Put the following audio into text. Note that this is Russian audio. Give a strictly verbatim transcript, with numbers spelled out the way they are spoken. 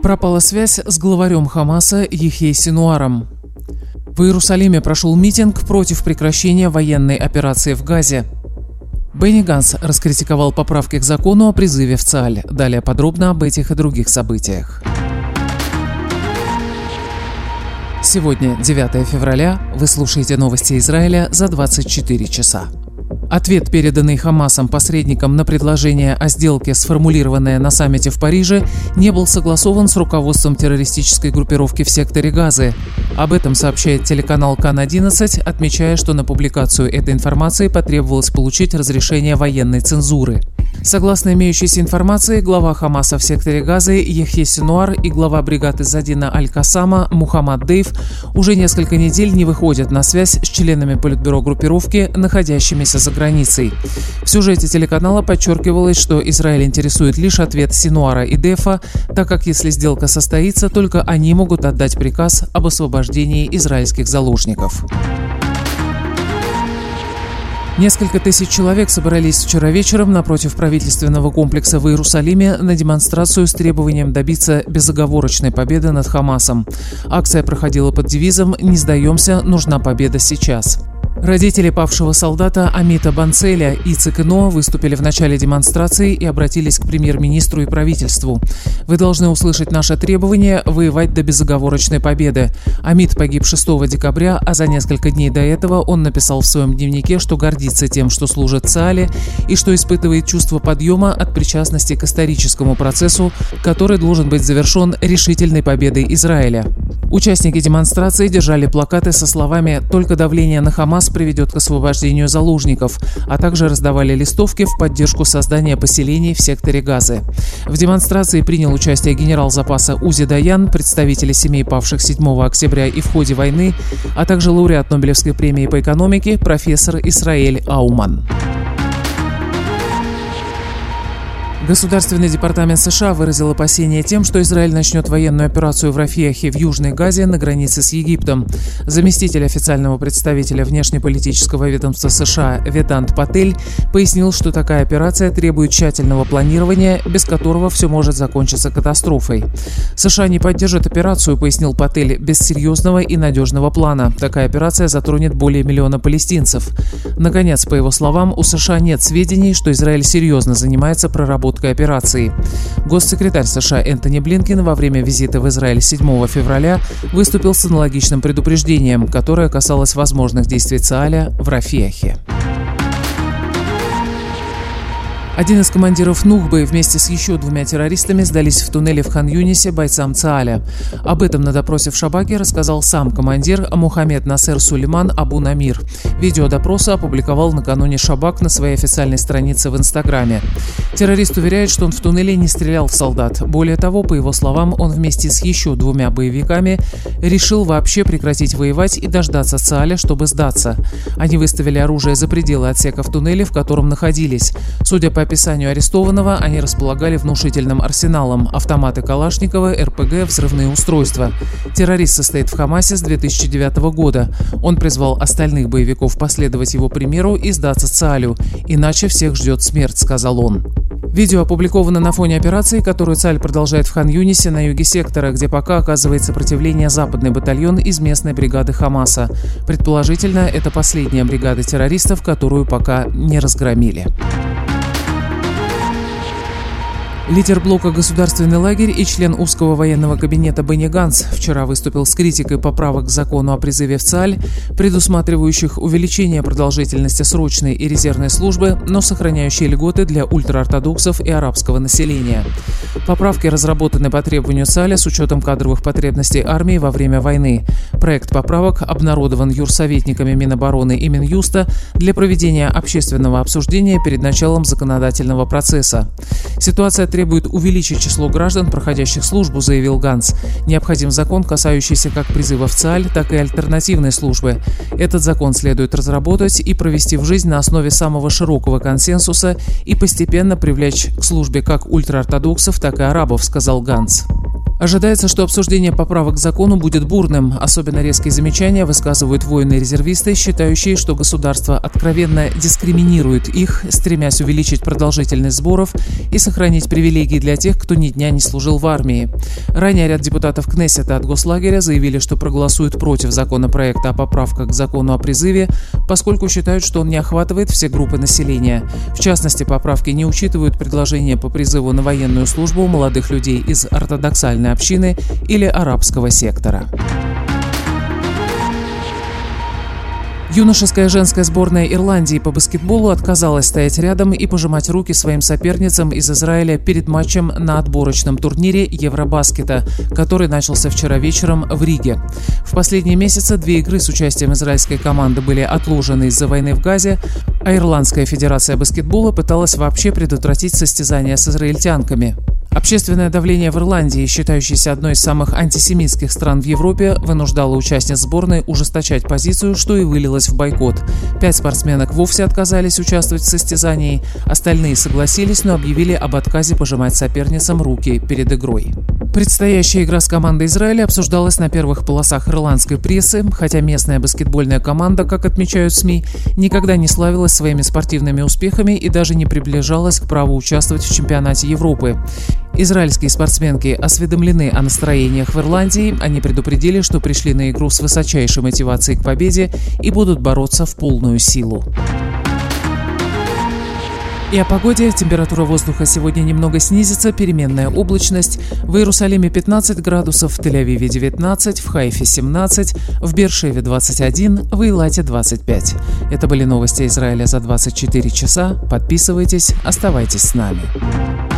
Пропала связь с главарем Хамаса Яхьей Синуаром. В Иерусалиме прошел митинг против прекращения военной операции в Газе. Бенни Ганц раскритиковал поправки к закону о призыве в ЦААЛь. Далее подробно об этих и других событиях. Сегодня, девятое февраля, вы слушаете новости Израиля за двадцать четыре часа. Ответ, переданный Хамасом посредникам на предложение о сделке, сформулированное на саммите в Париже, не был согласован с руководством террористической группировки в секторе Газы. Об этом сообщает телеканал Кан одиннадцать, отмечая, что на публикацию этой информации потребовалось получить разрешение военной цензуры. Согласно имеющейся информации, глава Хамаса в секторе Газы Яхья Синуар и глава бригады Задина Аль-Кассама Мухаммад Дейф уже несколько недель не выходят на связь с членами политбюро группировки, находящимися за границей. В сюжете телеканала подчеркивалось, что Израиль интересует лишь ответ Синуара и Дейфа, так как если сделка состоится, только они могут отдать приказ об освобождении израильских заложников. Несколько тысяч человек собрались вчера вечером напротив правительственного комплекса в Иерусалиме на демонстрацию с требованием добиться безоговорочной победы над Хамасом. Акция проходила под девизом «Не сдаемся, нужна победа сейчас». Родители павшего солдата Амита Банцеля и Цикно выступили в начале демонстрации и обратились к премьер-министру и правительству. «Вы должны услышать наше требование воевать до безоговорочной победы». Амит погиб шестого декабря, а за несколько дней до этого он написал в своем дневнике, что гордится тем, что служит ЦААЛе, и что испытывает чувство подъема от причастности к историческому процессу, который должен быть завершен решительной победой Израиля. Участники демонстрации держали плакаты со словами «Только давление на Хамас приведет к освобождению заложников», а также раздавали листовки в поддержку создания поселений в секторе Газы. В демонстрации принял участие генерал запаса Узи Даян, представители семей павших седьмого октября и в ходе войны, а также лауреат Нобелевской премии по экономике профессор Исраэль Ауман. Государственный департамент США выразил опасения тем, что Израиль начнет военную операцию в Рафиахе в Южной Газе на границе с Египтом. Заместитель официального представителя внешнеполитического ведомства США Ведант Патель пояснил, что такая операция требует тщательного планирования, без которого все может закончиться катастрофой. США не поддержат операцию, пояснил Патель, без серьезного и надежного плана. Такая операция затронет более миллиона палестинцев. Наконец, по его словам, у США нет сведений, что Израиль серьезно занимается проработкой операции. Госсекретарь США Энтони Блинкен во время визита в Израиль седьмого февраля выступил с аналогичным предупреждением, которое касалось возможных действий ЦААЛя в Рафиахе. Один из командиров Нухбы вместе с еще двумя террористами сдались в туннеле в Хан-Юнисе бойцам ЦААЛя. Об этом на допросе в Шабаке рассказал сам командир Мухаммед Насер Сулейман Абу Намир. Видео допроса опубликовал накануне Шабак на своей официальной странице в Инстаграме. Террорист уверяет, что он в туннеле не стрелял в солдат. Более того, по его словам, он вместе с еще двумя боевиками решил вообще прекратить воевать и дождаться ЦААЛя, чтобы сдаться. Они выставили оружие за пределы отсека в туннеле, в котором находились. Судя по описанию арестованного, они располагали внушительным арсеналом: автоматы Калашникова, эр пэ гэ, взрывные устройства. Террорист состоит в Хамасе с две тысячи девятого года. Он призвал остальных боевиков последовать его примеру и сдаться ЦААЛю, иначе всех ждет смерть, сказал он. Видео опубликовано на фоне операции, которую ЦААЛь продолжает в Хан-Юнисе на юге сектора, где пока оказывает сопротивление западный батальон из местной бригады Хамаса. Предположительно, это последняя бригада террористов, которую пока не разгромили. Лидер блока «Государственный лагерь» и член узкого военного кабинета Бенни Ганц вчера выступил с критикой поправок к закону о призыве в ЦААЛь, предусматривающих увеличение продолжительности срочной и резервной службы, но сохраняющие льготы для ультраортодоксов и арабского населения. Поправки разработаны по требованию ЦААЛя с учетом кадровых потребностей армии во время войны. Проект поправок обнародован юрсоветниками Минобороны и Минюста для проведения общественного обсуждения перед началом законодательного процесса. Ситуация требует увеличить число граждан, проходящих службу, заявил Ганц. Необходим закон, касающийся как призыва в ЦААЛь, так и альтернативной службы. Этот закон следует разработать и провести в жизнь на основе самого широкого консенсуса и постепенно привлечь к службе как ультраортодоксов, так и арабов, сказал Ганц. Ожидается, что обсуждение поправок к закону будет бурным. Особенно резкие замечания высказывают воины-резервисты, считающие, что государство откровенно дискриминирует их, стремясь увеличить продолжительность сборов и сохранить привилегии для тех, кто ни дня не служил в армии. Ранее ряд депутатов Кнессета от Гослагеря заявили, что проголосуют против законопроекта о поправках к закону о призыве, поскольку считают, что он не охватывает все группы населения. В частности, поправки не учитывают предложения по призыву на военную службу молодых людей из ортодоксальной общины или арабского сектора. Юношеская и женская сборная Ирландии по баскетболу отказалась стоять рядом и пожимать руки своим соперницам из Израиля перед матчем на отборочном турнире Евробаскета, который начался вчера вечером в Риге. В последние месяцы две игры с участием израильской команды были отложены из-за войны в Газе, а Ирландская федерация баскетбола пыталась вообще предотвратить состязания с израильтянками. Общественное давление в Ирландии, считающейся одной из самых антисемитских стран в Европе, вынуждало участниц сборной ужесточать позицию, что и вылилось в бойкот. Пять спортсменок вовсе отказались участвовать в состязании, остальные согласились, но объявили об отказе пожимать соперницам руки перед игрой. Предстоящая игра с командой Израиля обсуждалась на первых полосах ирландской прессы, хотя местная баскетбольная команда, как отмечают СМИ, никогда не славилась своими спортивными успехами и даже не приближалась к праву участвовать в чемпионате Европы. Израильские спортсменки осведомлены о настроениях в Ирландии, они предупредили, что пришли на игру с высочайшей мотивацией к победе и будут бороться в полную силу. И о погоде. Температура воздуха сегодня немного снизится, переменная облачность. В Иерусалиме пятнадцать градусов, в Тель-Авиве девятнадцать, в Хайфе семнадцать, в Беэр-Шеве двадцать один, в Эйлате двадцать пять. Это были новости Израиля за двадцать четыре часа. Подписывайтесь, оставайтесь с нами.